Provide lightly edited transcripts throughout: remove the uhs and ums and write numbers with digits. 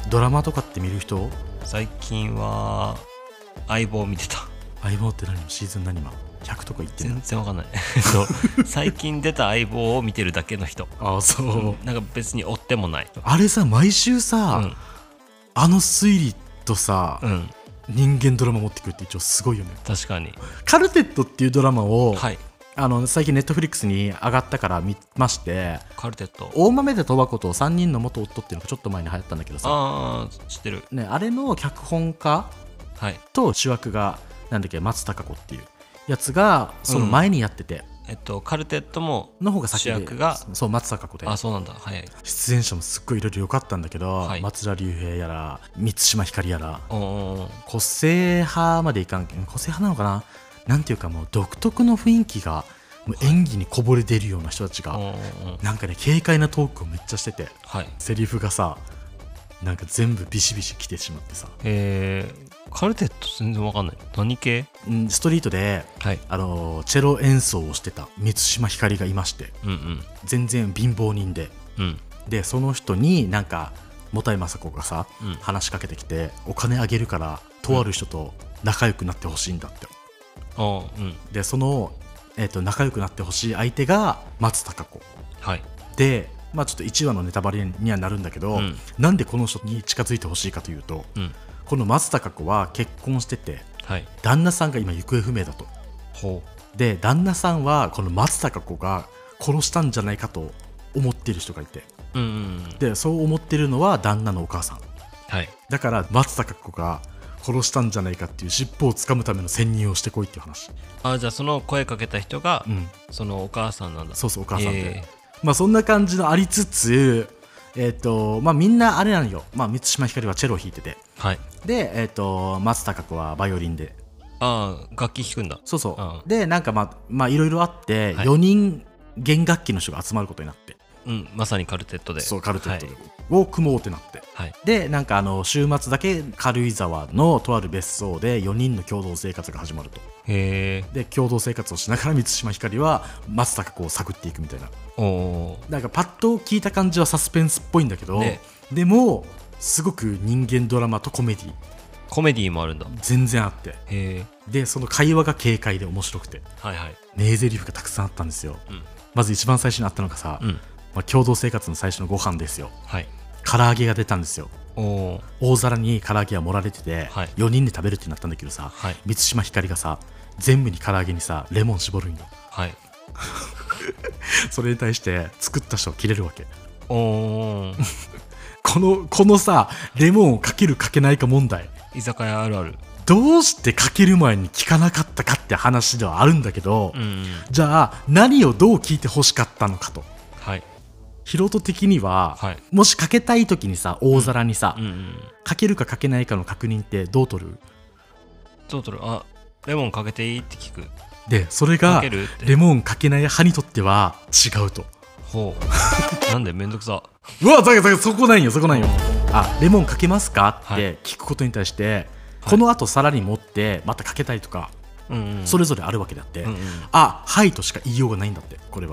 ドラマとかって見る人？ 最近は相棒見てた。 相棒って何？シーズン何今100とか言ってんの？ 全然わかんない最近出た相棒を見てるだけの人。 ああそう、 なんか別に追ってもない。 あれさ毎週さ、あの推理とさ、人間ドラマ持ってくるって一応すごいよね。 確かに。 カルテットっていうドラマを、 はい、 最近ネットフリックスに上がったから見まして。 カルテット、 大豆田十和子と3人の元夫っていうのがちょっと前に流行ったんだけどさ。 ああ知ってる、 ね、あれの脚本家と主役がなんだっけ、松たか子っていうやつがその前にやってて、 カルテットもの方が先で主役がそう松たか子で。 あ、そうなんだ。はい。 出演者もすっごいいろいろ良かったんだけど、松田龍平やら満島ひかりやら、個性派までいかんけん、個性派なのかな、なんていうかもう独特の雰囲気がもう演技にこぼれ出るような人たちが、なんかね軽快なトークをめっちゃしてて、セリフがさなんか全部ビシビシきてしまってさ。 カルテット全然わかんない。何系？ ストリートで、チェロ演奏をしてた満島ひかりがいまして、全然貧乏人で、でその人になんか本井雅子がさ、話しかけてきてお金あげるからとある人と仲良くなってほしいんだって、でその、仲良くなってほしい相手が松たか子、でまあちょっと1話のネタバレにはなるんだけど、なんでこの人に近づいてほしいかというと、この松たか子は結婚してて、旦那さんが今行方不明だと。で旦那さんはこの松たか子が殺したんじゃないかと思っている人がいて、でそう思ってるのは旦那のお母さん、だから松たか子が殺したんじゃないかっていう尻尾をつかむための潜入をしてこいっていう話。 じゃあその声かけた人が、そのお母さんなんだ。 そうそう、お母さんで、まあそんな感じのありつつ、まあみんなあれなんよ、まあ、満島ひかりはチェロを弾いてて、で、松たか子はバイオリンで、 楽器弾くんだ。 そうそう、でなんかまあいろいろあって、4人弦楽器の人が集まることになって、 まさにカルテットで、 そうカルテットを組もうってなって、でなんか週末だけ軽井沢のとある別荘で4人の共同生活が始まると。で共同生活をしながら満島ひかりは松たか子を探っていくみたいな。なんかパッと聞いた感じはサスペンスっぽいんだけど、でもすごく人間ドラマとコメディもあるんだ。全然あって、でその会話が軽快で面白くて、名台詞がたくさんあったんですよ。まず一番最初にあったのがさ、共同生活の最初のご飯ですよ。唐揚げが出たんですよ。大皿に唐揚げが盛られてて、4人で食べるってなったんだけどさ、満島ひかりがさ全部に唐揚げにさレモン絞るんよ。それに対して作った人は切れるわけ。このさレモンをかけるかけないか問題、 居酒屋あるある。 どうしてかける前に聞かなかったかって話ではあるんだけど、じゃあ何をどう聞いて欲しかったのかと。ヒロト的には、もしかけたい時にさ大皿にさ、かけるかかけないかの確認ってどう取る？ レモンかけていいって聞く。 でそれがレモンかけない派にとっては違うと。 なんでめんどくさ。 うわそこなんよ。レモンかけますかって聞くことに対して、このあと皿に持ってまたかけたいとか、それぞれあるわけであって、はいとしか言いようがないんだって。これ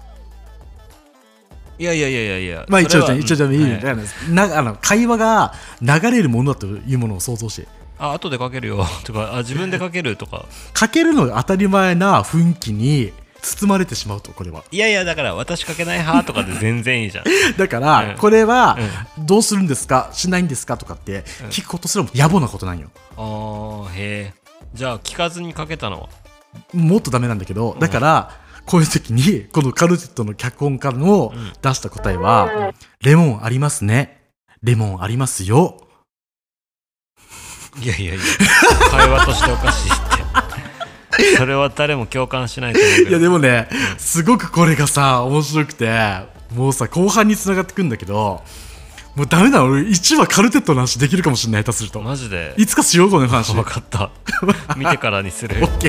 はいやまあ一応いい会話が流れるものだというものを想像して、 後でかけるよとか、自分でかけるとかかけるのが当たり前な雰囲気に包まれてしまうと。これはいやだから私かけない派とかで全然いいじゃんだから、これはどうするんですかしないんですかとかって聞くことすらも野暮なことなんよ。 じゃあ聞かずにかけたのはもっとダメなんだけど、だからこういう時にこのカルテットの脚本家の出した答えは、レモンありますね、レモンありますよ。 いや会話としておかしいってそれは誰も共感しないと思うけど。 いやでもね、すごくこれがさ面白くて、もうさ後半に繋がってくんだけど、もうダメだ、俺1話カルテットの話できるかもしれない。下手するとマジでいつかしようこの話。 分かった見てからにするオッケ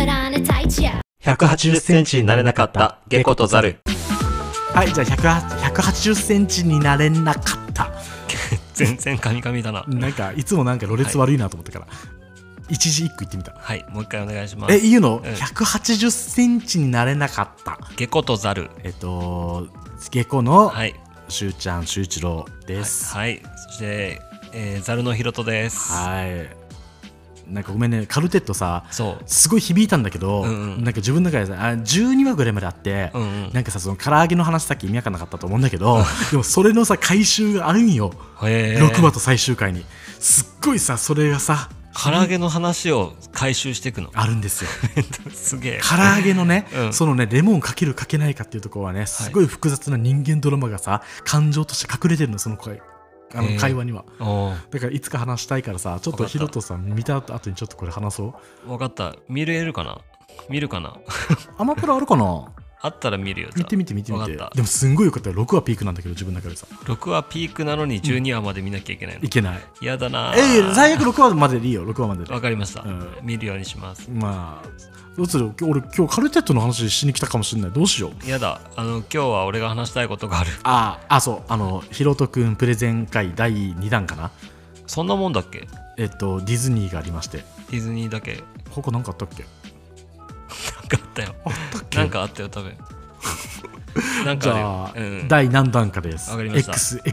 ー。180センチになれなかったゲコとザル。はい、じゃあ 180センチになれなかった全然カミカミだな。 なんかいつもなんかろれつ悪いなと思ったから、一字一句言ってみた。 はい、もう一回お願いします。 いいの、180センチになれなかった。 下戸とザル。 下戸のはい、 しゅうちゃん、しゅういちろうです。 はい、そして、ザルのひろとです。 はい。なんかごめんね、カルテットさ、 そうすごい響いたんだけど、なんか自分の中でさ、12話ぐらいまであって、なんかさ、その唐揚げの話さっき意味わかんなかったと思うんだけど、でもそれのさ回収があるんよ。6話と最終回にすっごいさ、それがさ、 唐揚げの話を回収していくのあるんですよすげえ。 唐揚げのね、そのね、レモンかけるかけないかっていうところはね、すごい複雑な人間ドラマがさ、感情として隠れてるの、その声、会話には。だからいつか話したいからさ、ちょっとヒロトさん見た後にちょっとこれ話そう。 分かった。見るかなアマプラあるかなあったら見るよ。 見てみて。でもすんごいよかったよ。6話ピークなんだけど、自分の中でさ。 6話ピークなのに12話まで見なきゃいけないの。 いけない。 嫌だな。 最悪6話まででいいよ。6話までで。 わかりました、見るようにします。 まあどうする？俺今日カルテットの話しに来たかもしれない。どうしよう。 やだ。今日は俺が話したいことがある。 そうひろとくんプレゼン会第2弾かな。 そんなもんだっけ？ ディズニーがありまして。 ディズニーだけ。 他なんかあったっけ？ なんかあったよ。なんかあったよ多分。なんかじゃあ、第何弾かです。 わかりました。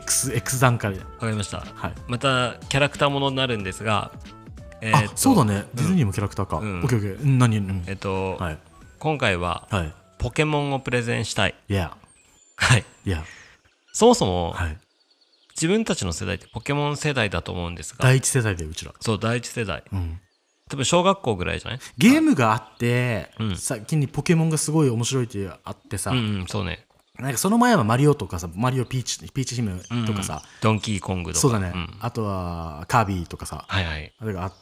X 段階で。わかりました。 はい。 またキャラクターものになるんですが、 そうだね。ディズニーもキャラクターか。オッケー。何？ 今回はポケモンをプレゼンしたい。はい。そもそも自分たちの世代ってポケモン世代だと思うんですが。 第一世代でうちら。 そう、第一世代。多分小学校ぐらいじゃない？ ゲームがあって、先にポケモンがすごい面白いってあってさ、 そうね。 なんかその前はマリオとかさ、マリオピーチ姫とかさ、 ドンキーコングとか。 そうだね。あとはカービィとかさ、 あれがあって、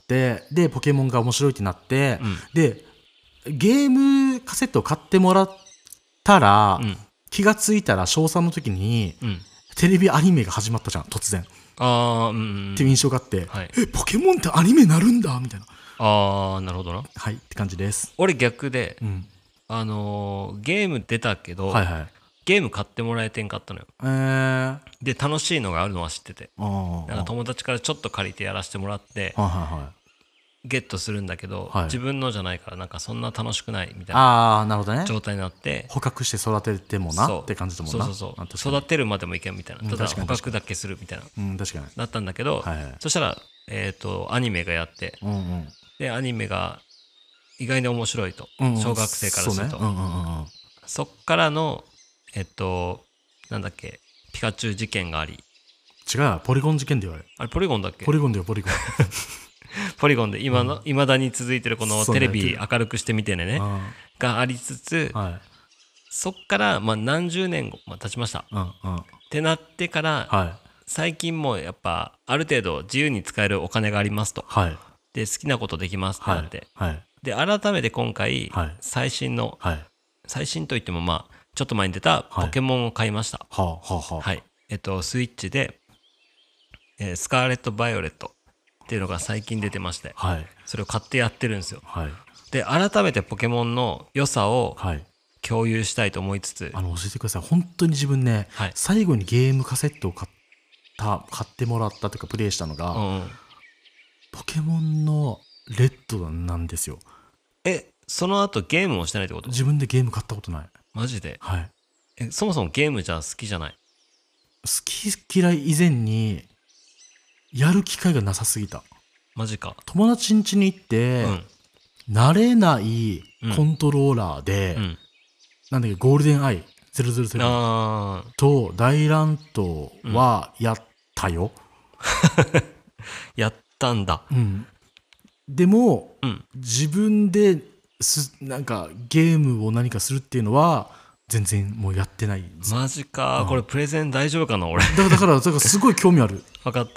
でポケモンが面白いってなって、でゲームカセットを買ってもらったら、気がついたら小3の時に、テレビアニメが始まったじゃん、突然。っていう印象があって、ポケモンってアニメなるんだみたいな。 なるほどな。 はいって感じです。 俺逆で、ゲーム出たけど、ゲーム買ってもらえてんかったのよ。で楽しいのがあるのは知ってて、なんか友達からちょっと借りてやらせてもらって、ゲットするんだけど、自分のじゃないからなんかそんな楽しくないみたいな状態になって、 捕獲して育ててもなって感じだもんな。 育てるまでもいけんみたいな、ただ捕獲だけするみたいな、 確かにだったんだけど、そしたらアニメがやって、でアニメが意外に面白いと、小学生からすると、そっからのなんだっけ、ピカチュウ事件があり。 違う、ポリゴン事件で言われる。 あれポリゴンだっけ？ ポリゴンだよ、ポリゴン。 ポリゴンでいまだに続いてるこのテレビ明るくしてみてねがありつつ、そっから何十年後経ちました。ってなってから、最近もやっぱある程度自由に使えるお金がありますと。で好きなことできますってなって。で改めて今回最新の、最新といってもちょっと前に出たポケモンを買いました。スイッチで、スカーレット・バイオレットっていうのが最近出てまして、それを買ってやってるんですよ。で改めてポケモンの良さを共有したいと思いつつ、 教えてください。本当に自分ね、最後にゲームカセットを買ってもらったというかプレイしたのが、ポケモンのレッドなんですよ。 その後ゲームをしてないってこと？ 自分でゲーム買ったことない。 マジで？そもそもゲームじゃ好きじゃない？ 好き嫌い以前にやる機会がなさすぎた。 マジか。 友達ん家に行って、慣れないコントローラーで、なんだっけ、ゴールデンアイ007と大乱闘はやったよ。 やったんだ。 でも、自分でなんかゲームを何かするっていうのは全然もうやってない。 マジか。これプレゼン大丈夫かな俺。 だからすごい興味ある。 分かった。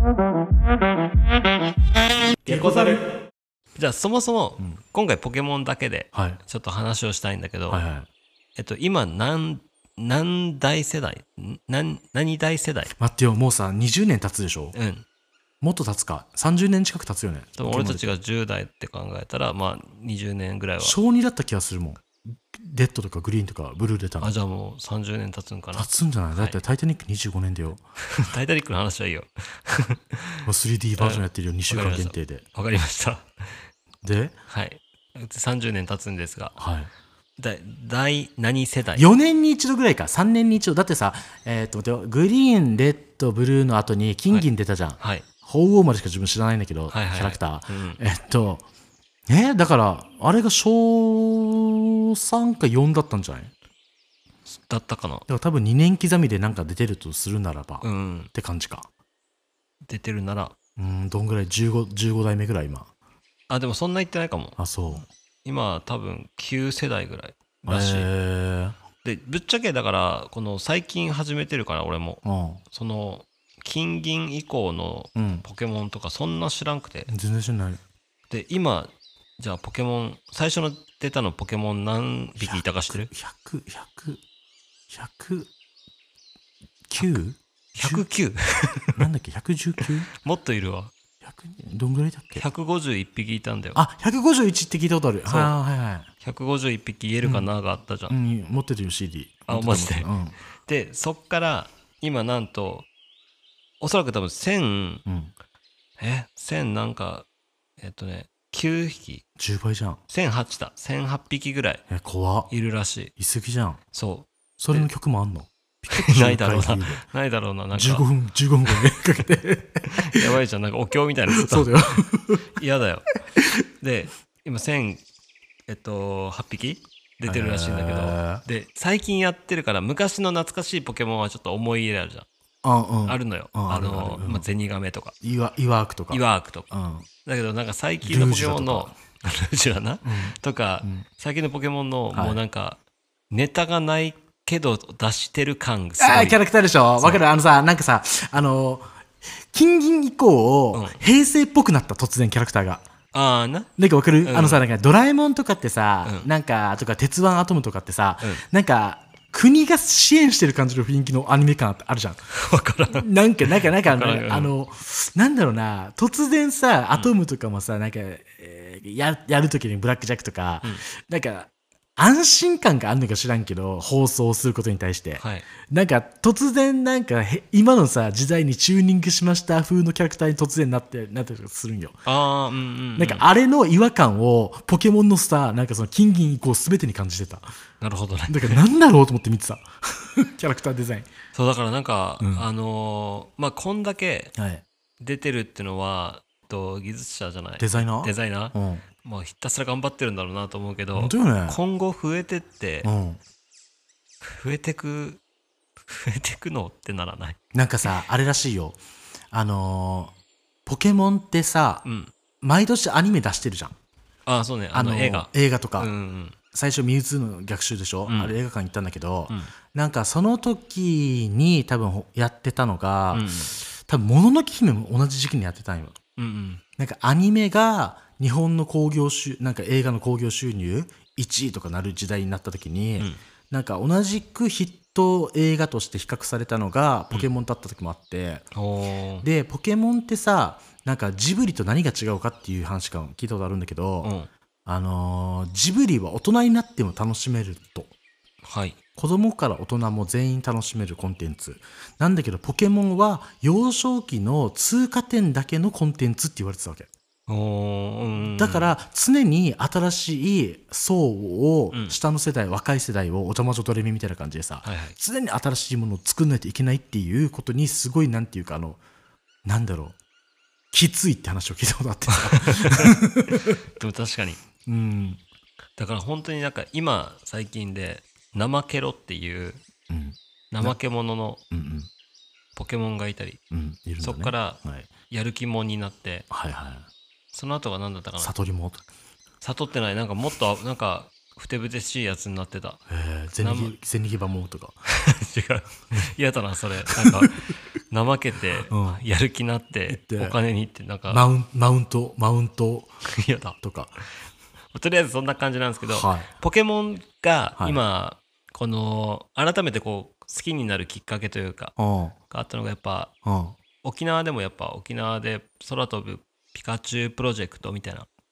ゲコザル。 じゃあそもそも今回ポケモンだけでちょっと話をしたいんだけど、今何代世代？何代世代？ 待ってよ、もうさ20年経つでしょ。もっと経つか。30年近く経つよね。 俺たちが10代って考えたら20年ぐらいは。 小2だった気がするもん。 レッドとかグリーンとかブルー出たの。 じゃあもう30年経つんかな。 経つんじゃない？だってタイタニック25年だよ。 タイタニックの話はいいよ。 もう 3D バージョンやってるよ、2週間限定で。 わかりました。 で、 はい。30年経つんですが、 はい。 何世代？ 4年に一度ぐらいか、3年に一度。だってさ、グリーン、レッド、ブルーの後に金銀出たじゃん。 はい。 鳳凰までしか自分知らないんだけど、キャラクター。だから、あれが小3か4だったんじゃない？ だったかな。だから多分2年刻みでなんか出てるとするならば、って感じか。 出てるなら。 どんぐらい？ 15代目ぐらい今。 でもそんな言ってないかも。 そう。 今多分9世代ぐらいらしい。で、ぶっちゃけだから、この最近始めてるから俺も、その金銀以降のポケモンとかそんな知らんくて。 全然知らない。で、 今、じゃあポケモン、最初の出たのポケモン何匹いたか知ってる？ 109？ なんだっけ 119？ もっといるわ。 どんぐらいだっけ？ 151匹いたんだよ。 151って聞いたことある。 そう。151匹言えるかながあったじゃん。 持ってるよ CD。 マジで。で、そっから今なんと、おそらく多分1000なんか、9匹。 10倍じゃん。 1008だ。1008匹ぐらい。 怖っ。 いるらしい。 いすぎじゃん。 そう。 それの曲もあんの？ ないだろうな。ないだろうな。なんか 15分かけて。 やばいじゃん。なんかお経みたいな。 そうだよ。 嫌だよ。で、今1008匹出てるらしいんだけど、で、最近やってるから、昔の懐かしいポケモンはちょっと思い入れあるじゃん。あるのよ。ゼニガメとか。 イワークとか。 だけど、なんか最近のポケモンの、ルージュラなとか、最近のポケモンの、もうなんか、ネタがないけど出してる感がすごい。 キャラクターでしょ？わかる？なんかさ、金銀以降、平成っぽくなった、突然キャラクターが。なんかわかる？なんかドラえもんとかってさ、なんか、とか鉄腕アトムとかってさ、なんか、国が支援してる感じの雰囲気のアニメ感あるじゃん。 わからん。 なんか、なんだろうな、突然さ、アトムとかもさ、なんか、やるときにブラックジャックとか、なんか、安心感があるのか知らんけど、放送することに対して。なんか、突然なんか、今のさ、時代にチューニングしました風のキャラクターに突然なってりとかするんよ。なんか、あれの違和感を、ポケモンのさ、なんかその金銀以降全てに感じてた。 なるほどね。 だからなんだろうと思って見てた。キャラクターデザイン。 そう、だからなんか、こんだけ出てるっていうのは、技術者じゃない。 デザイナーまあ、ひたすら頑張ってるんだろうなと思うけど、 ね、 今後増えてって、増えてくのってならない？ なんかさ、あれらしいよ。ポケモンってさ、毎年アニメ出してるじゃん。 そうね。 映画とか。最初ミュウツーの逆襲でしょ、あれ映画館行ったんだけど、なんかその時に多分やってたのが、多分もののけ姫も同じ時期にやってたんよ。なんかアニメが日本のなんか映画の興行収入1位とかなる時代になった時に、なんか同じくヒット映画として比較されたのがポケモンだった時もあって、でポケモンってさ、なんかジブリと何が違うかっていう話が聞いたことあるんだけど、ジブリは大人になっても楽しめると、子供から大人も全員楽しめるコンテンツなんだけど、ポケモンは幼少期の通過点だけのコンテンツって言われてたわけ。だから常に新しい層を、下の世代、若い世代をおたまじょドレミみたいな感じでさ、常に新しいものを作んないといけないっていうことにすごいなんていうか、なんだろう、きついって話を聞いたことあってさ。 でも確かに、だから本当になんか今最近でナマケロっていう怠け者のポケモンがいたり、そっからやる気者になって、その後が何だったかな。 悟りも悟ってない。なんかもっとなんかふてぶてしいやつになってた。 ゼニギバモとか。 違う。嫌だなそれ。なんか怠けてやる気になってお金にってなんかマウント嫌だとか。 とりあえずそんな感じなんですけど、ポケモンが今この改めてこう好きになるきっかけというかがあったのがやっぱ沖縄でもやっぱ沖縄で空飛ぶピカチュウプロジェクトみたいな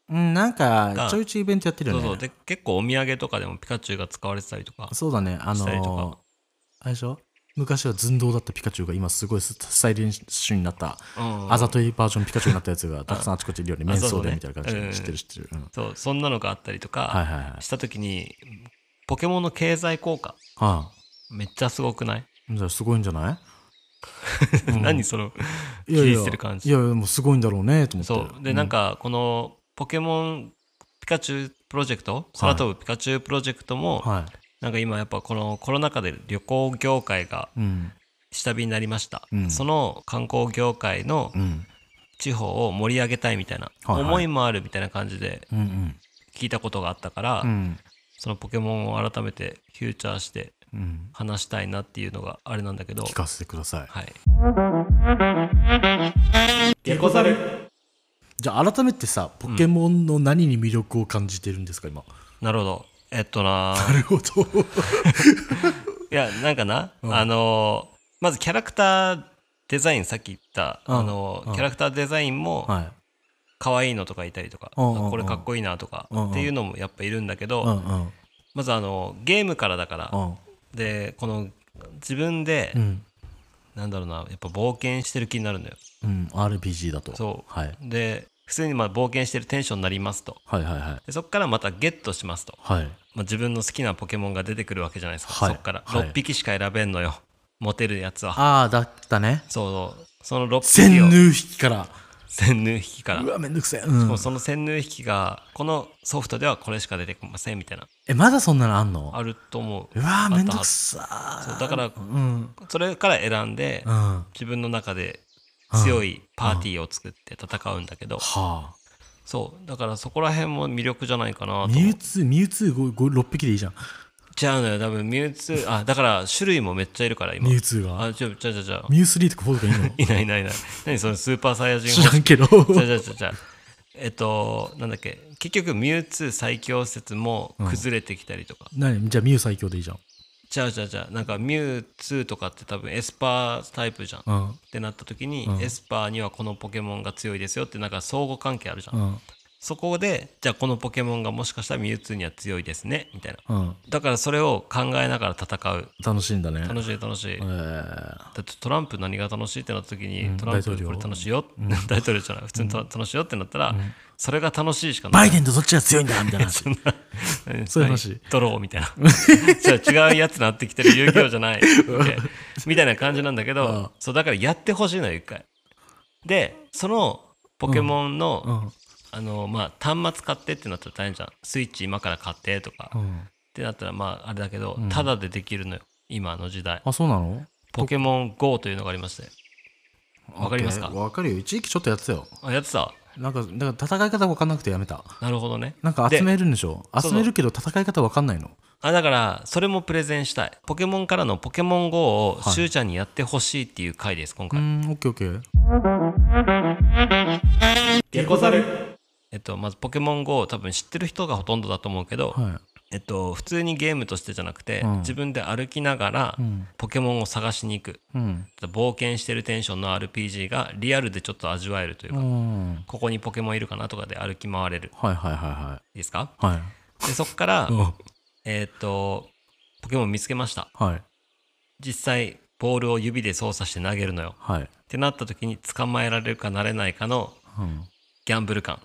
なんかちょいちょいイベントやってるよね。 そうで結構お土産とかでもピカチュウが使われてたりとか。 そうだね。あれでしょ、昔は寸胴だったピカチュウが今すごいスタイリッシュになったあざといバージョンピカチュウになったやつがたくさんあちこちいるよね。面相でみたいな感じで知ってる。 そう、そんなのがあったりとかした時にポケモンの経済効果めっちゃすごくない？ じゃあすごいんじゃない？ 何その気にしてる感じ。 いやもうすごいんだろうねと思って。 そうで、なんかこのポケモンピカチュウプロジェクト、空飛ぶピカチュウプロジェクトも、なんか今やっぱこのコロナ禍で旅行業界が下火になりました、その観光業界の地方を盛り上げたいみたいな思いもあるみたいな感じで聞いたことがあったから、そのポケモンを改めてフューチャーして話したいなっていうのがあれなんだけど、 聞かせてください。 ゲコザル。 じゃあ改めてさ、ポケモンの何に魅力を感じてるんですか今。 なるほど。なるほど。 いやなんかな、まずキャラクターデザイン、さっき言ったキャラクターデザインも可愛いのとかいたりとか、これかっこいいなとかっていうのもやっぱいるんだけど、まずゲームからだから、でこの自分で、なんだろうな、やっぱ冒険してる気になるのよ。 RPG だと。 そう、で普通に冒険してるテンションになりますと、でそこからまたゲットしますと、自分の好きなポケモンが出てくるわけじゃないですか、そこから6匹しか選べんのよ、持てるやつは。 だったね。 そう、その6匹千ヌー匹からうわめんどくせえ、 その千ヌー匹がこのソフトではこれしか出てきませんみたいな。 まだそんなのあんの？ あると思う。 うわめんどくさ。 そうだから、それから選んで、自分の中で強いパーティーを作って戦うんだけど、そうだからそこら辺も魅力じゃないかなと。 ミュウツー6匹でいいじゃん。 違うのよ、多分ミュウツー、だから種類もめっちゃいるから今。 ミュウツーが。 じゃミュウ3とか4とかいいの？ いない。何そのスーパーサイヤ人？ 知らんけど。 じゃなんだっけ、結局ミュウツー最強説も崩れてきたりとか。 じゃあミュウ最強でいいじゃん。 じゃあなんかミュウツーとかって多分エスパータイプじゃん、ってなった時に、エスパーにはこのポケモンが強いですよってなんか相互関係あるじゃん、そこでじゃあこのポケモンがもしかしたらミュウツーには強いですねみたいな、だからそれを考えながら戦う。 楽しいんだね。 楽しい、だってトランプ何が楽しいってなった時に、トランプこれ楽しいよ、大統領じゃない普通に楽しいよってなったら、それが楽しいしかない。 バイデンとどっちが強いんだみたいなそういう話。 ドローみたいなじゃあ違うやつなってきてる、遊戯王じゃないみたいな感じなんだけど、そうだからやってほしいのよ一回で。そのポケモンの、端末買ってってなったら大変じゃん。スイッチ今から買ってとか、ってなったらあれだけど、タダでできるのよ今の時代。 そうなの？ ポケモン GO というのがありまして。わかりますか？ わかるよ。一時期ちょっとやってたよ。 やってた。 なんかだから戦い方分かんなくてやめた。 なるほどね。 なんか集めるんでしょ？集めるけど戦い方分かんないの。 だからそれもプレゼンしたい。ポケモンからのポケモン GO をしゅうちゃんにやってほしいっていう回です今回。 オッケー。 ゲコザル。まずポケモン GO 多分知ってる人がほとんどだと思うけど、普通にゲームとしてじゃなくて、自分で歩きながらポケモンを探しに行く、冒険してるテンションの RPG がリアルでちょっと味わえるというか、ここにポケモンいるかなとかで歩き回れる。いいですか？でそっからポケモン見つけました、実際ボールを指で操作して投げるのよ、ってなった時に捕まえられるかなれないかのギャンブル感、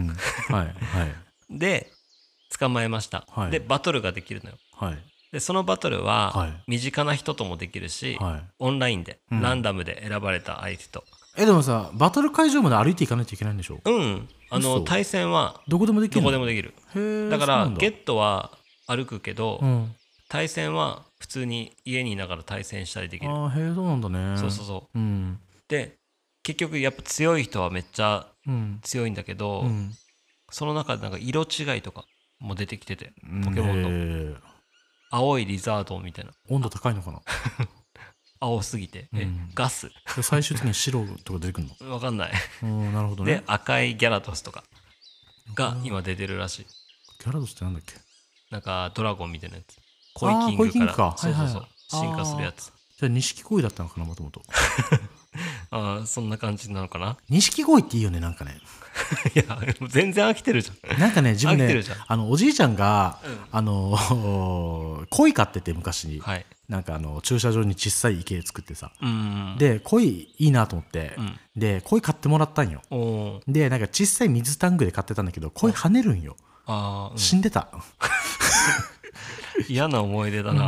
で捕まえました、でバトルができるのよ、でそのバトルは身近な人ともできるし、オンラインでランダムで選ばれた相手と。 でもさ、バトル会場まで歩いていかないといけないんでしょ？ 対戦はどこでもできる。 どこでもできる。だからゲットは歩くけど、対戦は普通に家にいながら対戦したりできる。 そうなんだね。 そう、で結局やっぱ強い人はめっちゃ強いんだけど、その中でなんか色違いとかも出てきてて、ポケモンの青いリザードンみたいな。 温度高いのかな？ 青すぎて、ガス最終的に白とか出てくるの？ 分かんない。 なるほどね。 で赤いギャラドスとかが今出てるらしい。 ギャラドスってなんだっけ？ なんかドラゴンみたいなやつ。コイキングからそう進化するやつ。 じゃあ錦鯉だったのかな、もともと。 ああ、そんな感じなのかな。 錦鯉っていいよね、なんかね。 いや、全然飽きてるじゃん。 なんかね、自分ね、おじいちゃんが、鯉飼ってて昔に、はい、なんか駐車場に小さい池作ってさ、で鯉いいなと思って、で鯉買ってもらったんよ。でなんか小さい水タンクで飼ってたんだけど、鯉跳ねるんよ。死んでた。 嫌な思い出だな。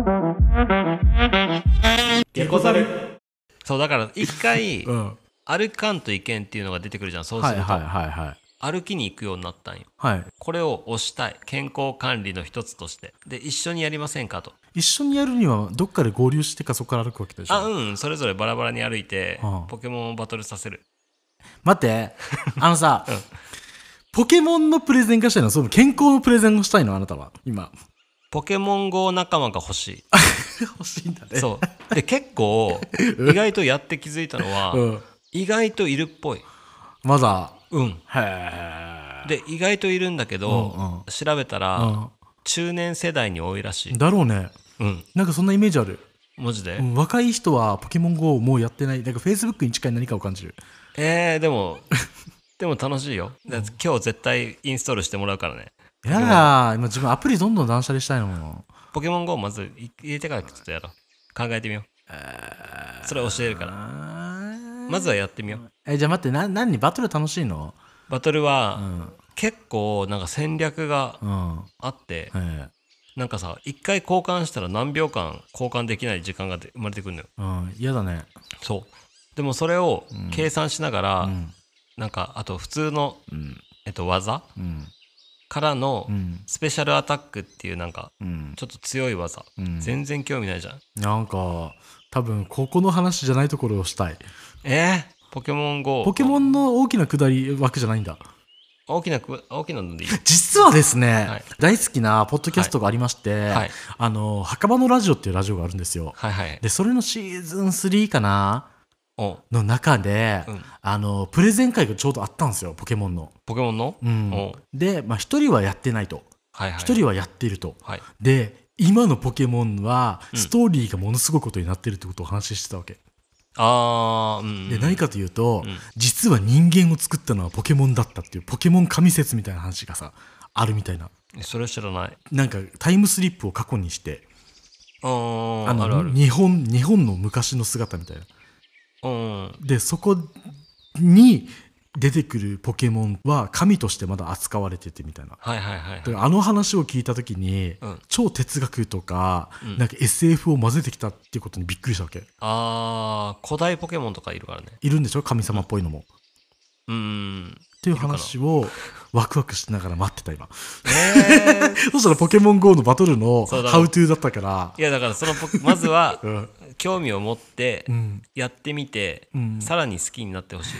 ゲコザル。 そうだから一回、歩かんといけんっていうのが出てくるじゃん。そうすると、歩きに行くようになったんよ。はい、これを推したい。健康管理の一つとして。で、一緒にやりませんかと。 一緒にやるにはどっかで合流してかそこから歩くわけでしょ。 それぞれバラバラに歩いて、ポケモンをバトルさせる。 待って、さ、ポケモンのプレゼンがしたいの？その健康のプレゼンをしたいの？あなたは今。 ポケモン GO 仲間が欲しい。 欲しいんだね。 そうで結構意外とやって気づいたのは、意外といるっぽい。 まだ。 へえ。で意外といるんだけど、調べたら、中年世代に多いらしい。 だろうね。なんかそんなイメージある。 マジで、 若い人はポケモン GO をもうやってない。なんか Facebook に近い何かを感じる。 でも楽しいよ。今日絶対インストールしてもらうからね。 やだ、今自分アプリどんどん断捨離したいの。 ポケモン GO まず入れてからちょっとやろう。考えてみよう。それ教えるから。まずはやってみよう。じゃあ待って、何バトル楽しいの？ バトルは、結構なんか戦略があって、なんかさ、一回交換したら何秒間交換できない時間が生まれてくるのよ。 嫌だね。 そう。でもそれを計算しながら、なんかあと普通の、技、からのスペシャルアタックっていうなんかちょっと強い技、全然興味ないじゃん。 なんか多分ここの話じゃないところをしたい。 ポケモン GO。 ポケモンの大きな下り枠じゃないんだ。 大きなのでいい。 実はですね、大好きなポッドキャストがありまして、墓場のラジオっていうラジオがあるんですよ。でそれのシーズン3かなの中で、プレゼン会がちょうどあったんですよ。ポケモンの。で、1人はやってないと、1人はやっていると。で今のポケモンはストーリーがものすごいことになってるってことを話してたわけ。で何かというと、実は人間を作ったのはポケモンだったっていうポケモン神説みたいな話がさあるみたいな。 それは知らない。 なんかタイムスリップを過去にして日本の昔の姿みたいな。でそこに出てくるポケモンは神としてまだ扱われててみたいな。だから話を聞いた時に、超哲学とか、なんか SF を混ぜてきたっていうことにびっくりしたわけ。 古代ポケモンとかいるからね。 いるんでしょ、神様っぽいのも。っていう話をワクワクしながら待ってた今。そしたらポケモン GO のバトルのハウトゥーだったから。 いやだからまずは興味を持ってやってみて、さらに好きになってほしい。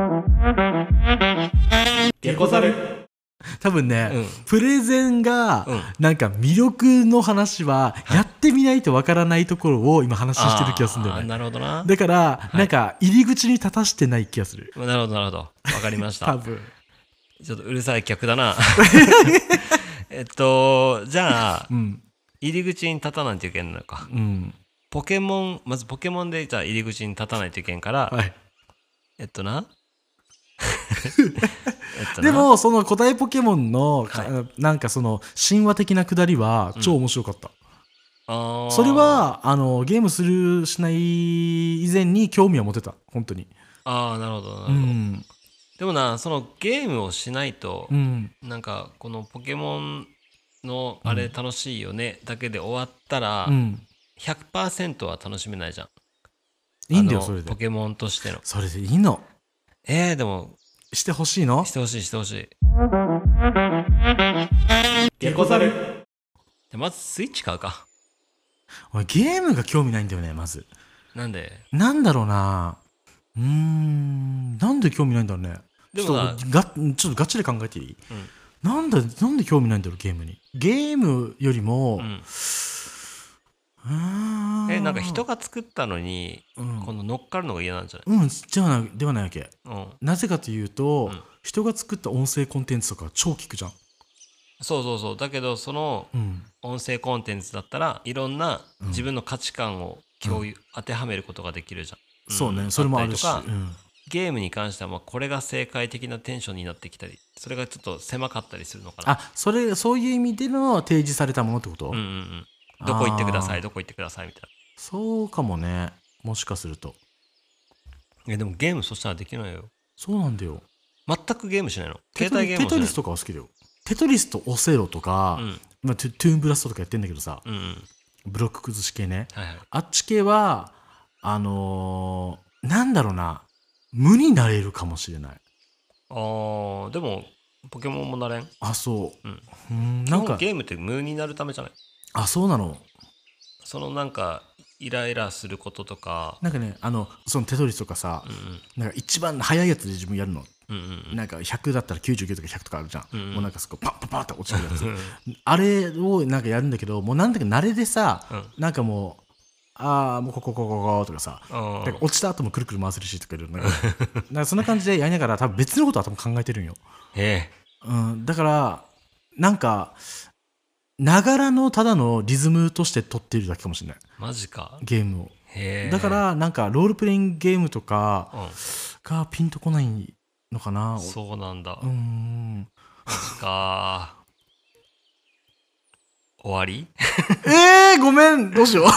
ゲコザル。多分ね、プレゼンがなんか魅力の話はやってみないとわからないところを今話してる気がするんだよね。 なるほどな。 だからなんか入り口に立たしてない気がする。 なるほどなるほど、わかりました。 多分ちょっとうるさい客だな。じゃあ、入り口に立たないといけないのか。まずポケモンでじゃあ入り口に立たないといけんから、 でもその古代ポケモンの、なんかその神話的なくだりは超面白かった。それはゲームするしない以前に興味は持てた本当に。 なるほどなるほど。でもな、そのゲームをしないと、なんかこのポケモンのあれ楽しいよね、だけで終わったら、100% は楽しめないじゃん。 いいんだよそれで。 ポケモンとしての。 それでいいの。 でもしてほしいの？ してほしいしてほしい。 ゲコザル。 まずスイッチ買うか。 俺ゲームが興味ないんだよねまず。 なんで？ なんだろうな。なんで興味ないんだろうね。ちょっとガチで考えていい？なんで興味ないんだろうゲームに。ゲームよりも、 なんか人が作ったのに、この乗っかるのが嫌なんじゃない？ ではないわけ。なぜかというと、人が作った音声コンテンツとか超聞くじゃん。 そうだけどその音声コンテンツだったらいろんな自分の価値観を当てはめることができるじゃん。 そうね、それもあるし、 ゲームに関してはまあこれが正解的なテンションになってきたり、それがちょっと狭かったりするのかな。 あ、そういう意味での提示されたものってこと？ どこ行ってくださいどこ行ってくださいみたいな。 そうかもね、もしかすると。 でもゲームそしたらできないよ。 そうなんだよ。 全くゲームしないの？携帯ゲームもしないの？ テトリスとかは好きだよ。テトリスとオセロとか、トゥーンブラストとかやってんだけどさ、ブロック崩し系ね、あっち系はなんだろうな、無になれるかもしれない。 でもポケモンもなれん？ あ、そう。 なんかゲームって無になるためじゃない？ あ、そうなの。 そのなんかイライラすることとか、 なんかね、そのテトリスとかさ、なんか一番早いやつで自分やるの。なんか100だったら99とか100とかあるじゃん。もうなんかそこパッパッパッって落ちてるやつ。あれをなんかやるんだけど、もうなんだか慣れでさ、なんかもうもうこことかさ、なんか落ちた後もくるくる回せるしとかいる。なんかそんな感じでやりながら多分別のことは多分考えてるんよ。だからなんかながらのただのリズムとして撮っているだけかもしれない。 マジか。 ゲームを。だからなんかロールプレイングゲームとかがピンとこないのかな。 そうなんだ。マジか。終わり？ ごめん、どうしよう。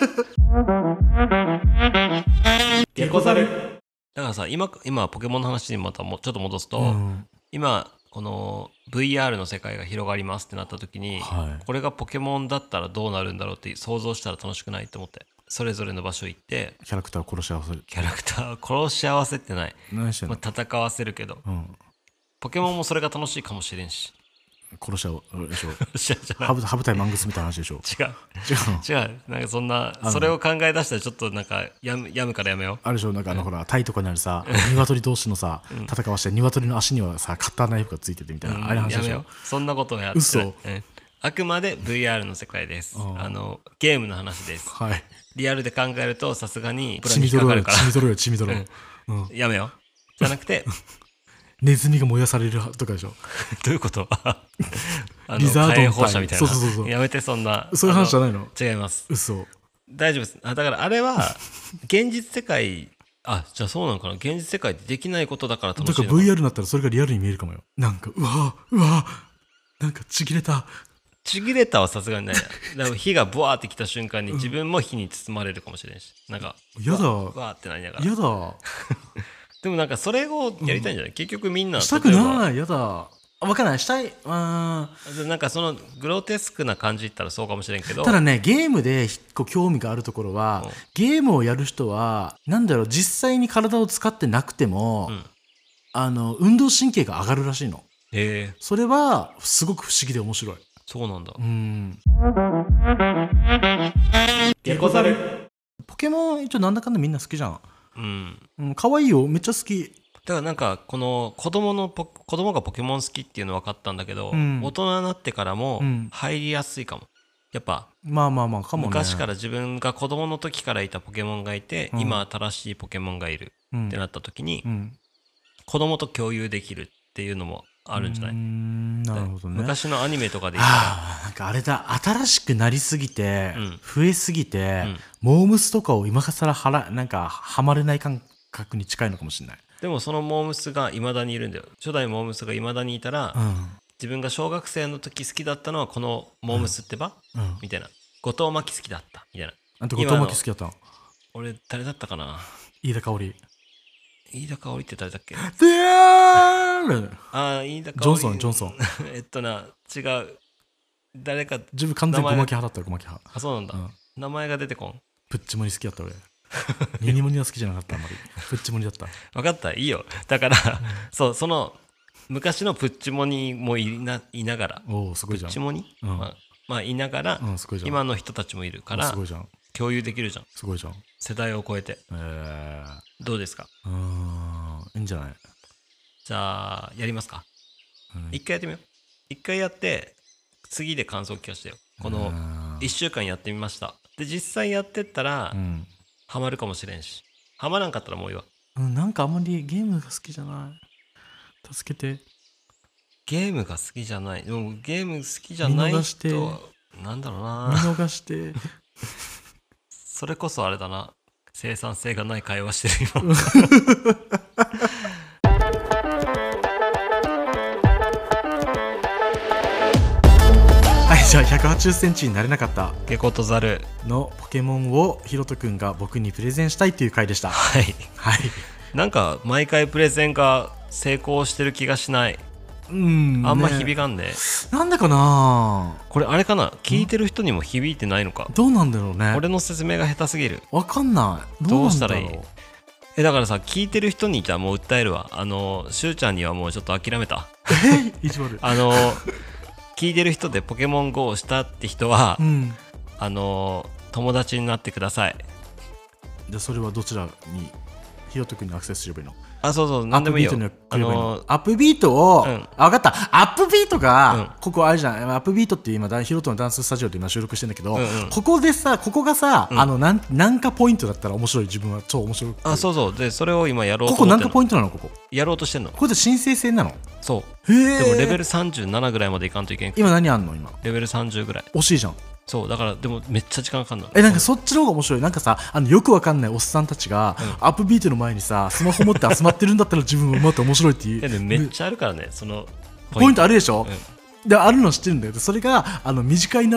ゲコザル。だからさ、今ポケモンの話にまたちょっと戻すと、今この VR の世界が広がりますってなった時に、これがポケモンだったらどうなるんだろうって想像したら楽しくないって思って、それぞれの場所行ってキャラクターを殺し合わせる。 キャラクター殺し合わせってない。戦わせるけど、ポケモンもそれが楽しいかもしれんし。 殺し合うでしょ。ハブ対マングスみたいな話でしょ。 違う。なんかそんなそれを考え出したらちょっとなんかやむからやめよう。 あるでしょ。なんかほらタイとかにあるさ、鶏同士のさ戦わして、鶏の足にはさカッターナイフがついててみたいな、あれ話でしょ。 やめよう。そんなことをやってない。あくまで VR の世界です。ゲームの話です。リアルで考えるとさすがに血みどろよ。 やめよう。じゃなくてネズミが燃やされるとかでしょ。 どういうこと？ リザードン火炎放射みたいな。 そう。 やめて、そんな。 そういう話じゃないの？ 違います。 嘘。 大丈夫です。だからあれは現実世界、じゃあそうなのかな。現実世界でできないことだから楽しいのか。 だから VR になったらそれがリアルに見えるかもよ。なんかうわなんかちぎれたはさすがにない。でも火がブワーってきた瞬間に自分も火に包まれるかもしれんし、なんかやだわーってなりながら。 やだ。 でもなんかそれをやりたいんじゃない？結局みんなしたくない。やだ。分からない。したい。 なんかそのグロテスクな感じ言ったらそうかもしれんけど、 ただね、ゲームで一個興味があるところは、ゲームをやる人はなんだろう、実際に体を使ってなくても、運動神経が上がるらしいの。それはすごく不思議で面白い。 そうなんだ。 ゲコザル。ポケモン一応なんだかんだみんな好きじゃん。可愛いよ。めっちゃ好き。 だからなんかこの子供がポケモン好きっていうの分かったんだけど、大人になってからも入りやすいかも。やっぱまあかもね。 昔から自分が子供の時からいたポケモンがいて、今新しいポケモンがいるってなった時に、子供と共有できるっていうのもあるんじゃない？ なるほどね。 昔のアニメとかで言ったらなんかあれだ、新しくなりすぎて、増えすぎて、モームスとかを今更なんかハマれない感覚に近いのかもしれない。 でもそのモームスがいまだにいるんだよ。初代モームスがいまだにいたら、自分が小学生の時好きだったのはこのモームスってば、みたいな。後藤真希好きだったみたいな。 あんた後藤真希好きだったの？ 俺誰だったかな。 飯田香織って誰だっけ？ 飯田香織。 ジョンソン違う。誰か。 自分完全に小牧派だったよ。小牧派。 あ、そうなんだ。名前が出てこん。 プッチモニ好きだった俺。ニニモニは好きじゃなかった。あんまりプッチモニだった。 分かった、いいよ。だからその昔のプッチモニもいながら、 すごいじゃん。 プッチモニ、いながら、今の人たちもいるからすごいじゃん。 共有できるじゃん。 すごいじゃん。 世代を超えて。どうですか？ いいんじゃない？ じゃあやりますか。一回やってみよう。一回やって次で感想聞かせてよ。この1週間やってみました。で実際やってったら、ハマるかもしれんし、ハマらんかったらもういいわ。 なんかあんまりゲームが好きじゃない。助けて。 ゲームが好きじゃない。でもゲーム好きじゃない人なんだろうな。 見逃して。 それこそあれだな。 生産性がない会話してる今はい、じゃあ180センチになれなかったゲコとザルのポケモンをひろとくんが僕にプレゼンしたいという回でした。 はいはい。 なんか毎回プレゼンが成功してる気がしない。あんま響かんね。 なんでかな。 これあれかな、聞いてる人にも響いてないのか。 どうなんだろうね。 俺の説明が下手すぎる。 わかんない。 どうしたらいい。だからさ、聞いてる人にじゃあもう訴えるわ。しゅうちゃんにはもうちょっと諦めた。 意地悪。 聞いてる人でポケモン GO をしたって人は、友達になってください。 じゃあそれはどちらにひろとくんにアクセスすればいいの？ あ、そうそう、なんでもいいよ。アップビートを、分かった。アップビートが、ここあれじゃん。アップビートって今ひろとのダンススタジオで今収録してんだけど、ここでさ、ここがさ、何かポイントだったら面白い。自分は超面白い。 あ、そうそう。でそれを今やろうと思って。ここ何かポイントなの？ここやろうとしてんの。 ここで申請制なの？ そう。でもレベル37ぐらいまでいかんといけん。 今何あんの？今レベル30ぐらい。 惜しいじゃん。 そうだからでもめっちゃ時間かかんの。 なんかそっちの方が面白い。なんかさ、よくわかんないおっさんたちが、アップビートの前にさスマホ持って集まってるんだったら自分もまた面白いっていう。 いやでもめっちゃあるからね、そのポイントあるでしょ。であるの知ってるんだけど、それが身近になって、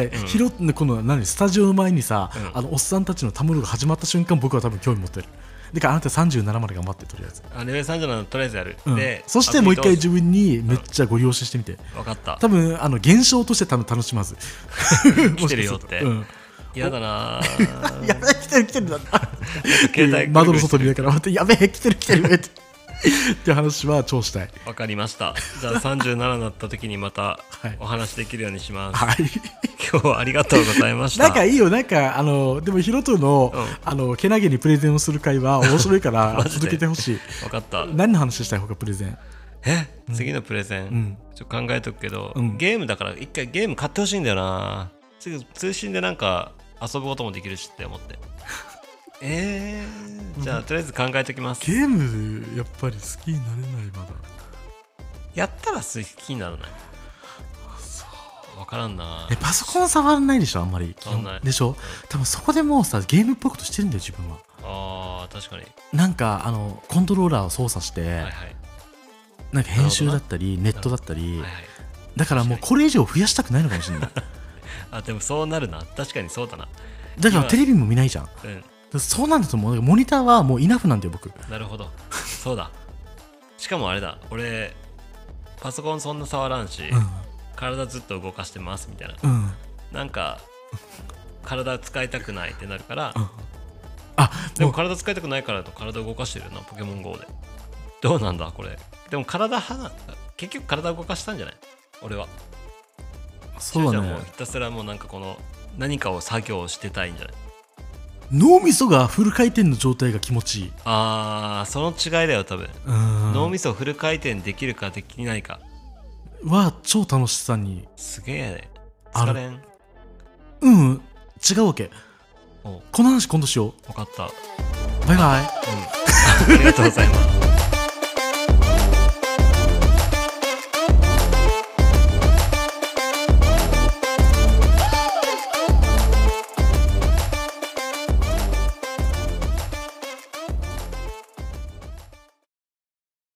このスタジオの前にさ、おっさんたちのたむろが始まった瞬間、僕は多分興味持ってる。だからあなた37まで頑張って、とりあえずレベル37とりあえずやる、でそしてもう一回自分にめっちゃご利用ししてみて。 分かった。 多分現象として多分楽しまず来てるよって嫌だなやべえ来てるだって窓の外にだから待って、やべえ来てるっていう話は超したい。 わかりました。じゃあ37になった時にまたお話できるようにします。 はい。 今日はありがとうございました。 なんかいいよ。なんかでもヒロトのけなげにプレゼンをする会は面白いから続けてほしい。 分かった。 何の話したい？他プレゼン。 次のプレゼン、ちょっと考えとくけど、ゲームだから一回ゲーム買ってほしいんだよな。次通信でなんか遊ぶこともできるしって思って。じゃあとりあえず考えときます。 ゲームやっぱり好きになれない。まだやったら好きにならない。分からんな。 パソコン触らないでしょ、あんまり。でしょ、多分そこでもうさ、ゲームっぽいことしてるんだよ自分は。 確かに。 なんかコントローラーを操作して、なんか編集だったりネットだったり、だからもうこれ以上増やしたくないのかもしれない。 でもそうなるな。確かにそうだな。 だからテレビも見ないじゃん。そうなんだと思う。モニターはもうイナフなんだよ僕。 なるほど。そうだ。しかもあれだ、俺パソコンそんな触らんし、体ずっと動かしてますみたいな、なんか体使いたくないってなるから、でも体使いたくないからと体動かしてるよな、ポケモン GO で。どうなんだこれ。でも結局体動かしたんじゃない？俺は。 そうだね。 もうひたすらもうなんかこの何かを作業してたいんじゃない？ 脳みそがフル回転の状態が気持ちいい。 その違いだよ多分。脳みそフル回転できるかできないかは超楽しさに。 すげえね。疲れん？ 違うわけ。この話今度しよう。 分かった。 バイバイ。 ありがとうございます。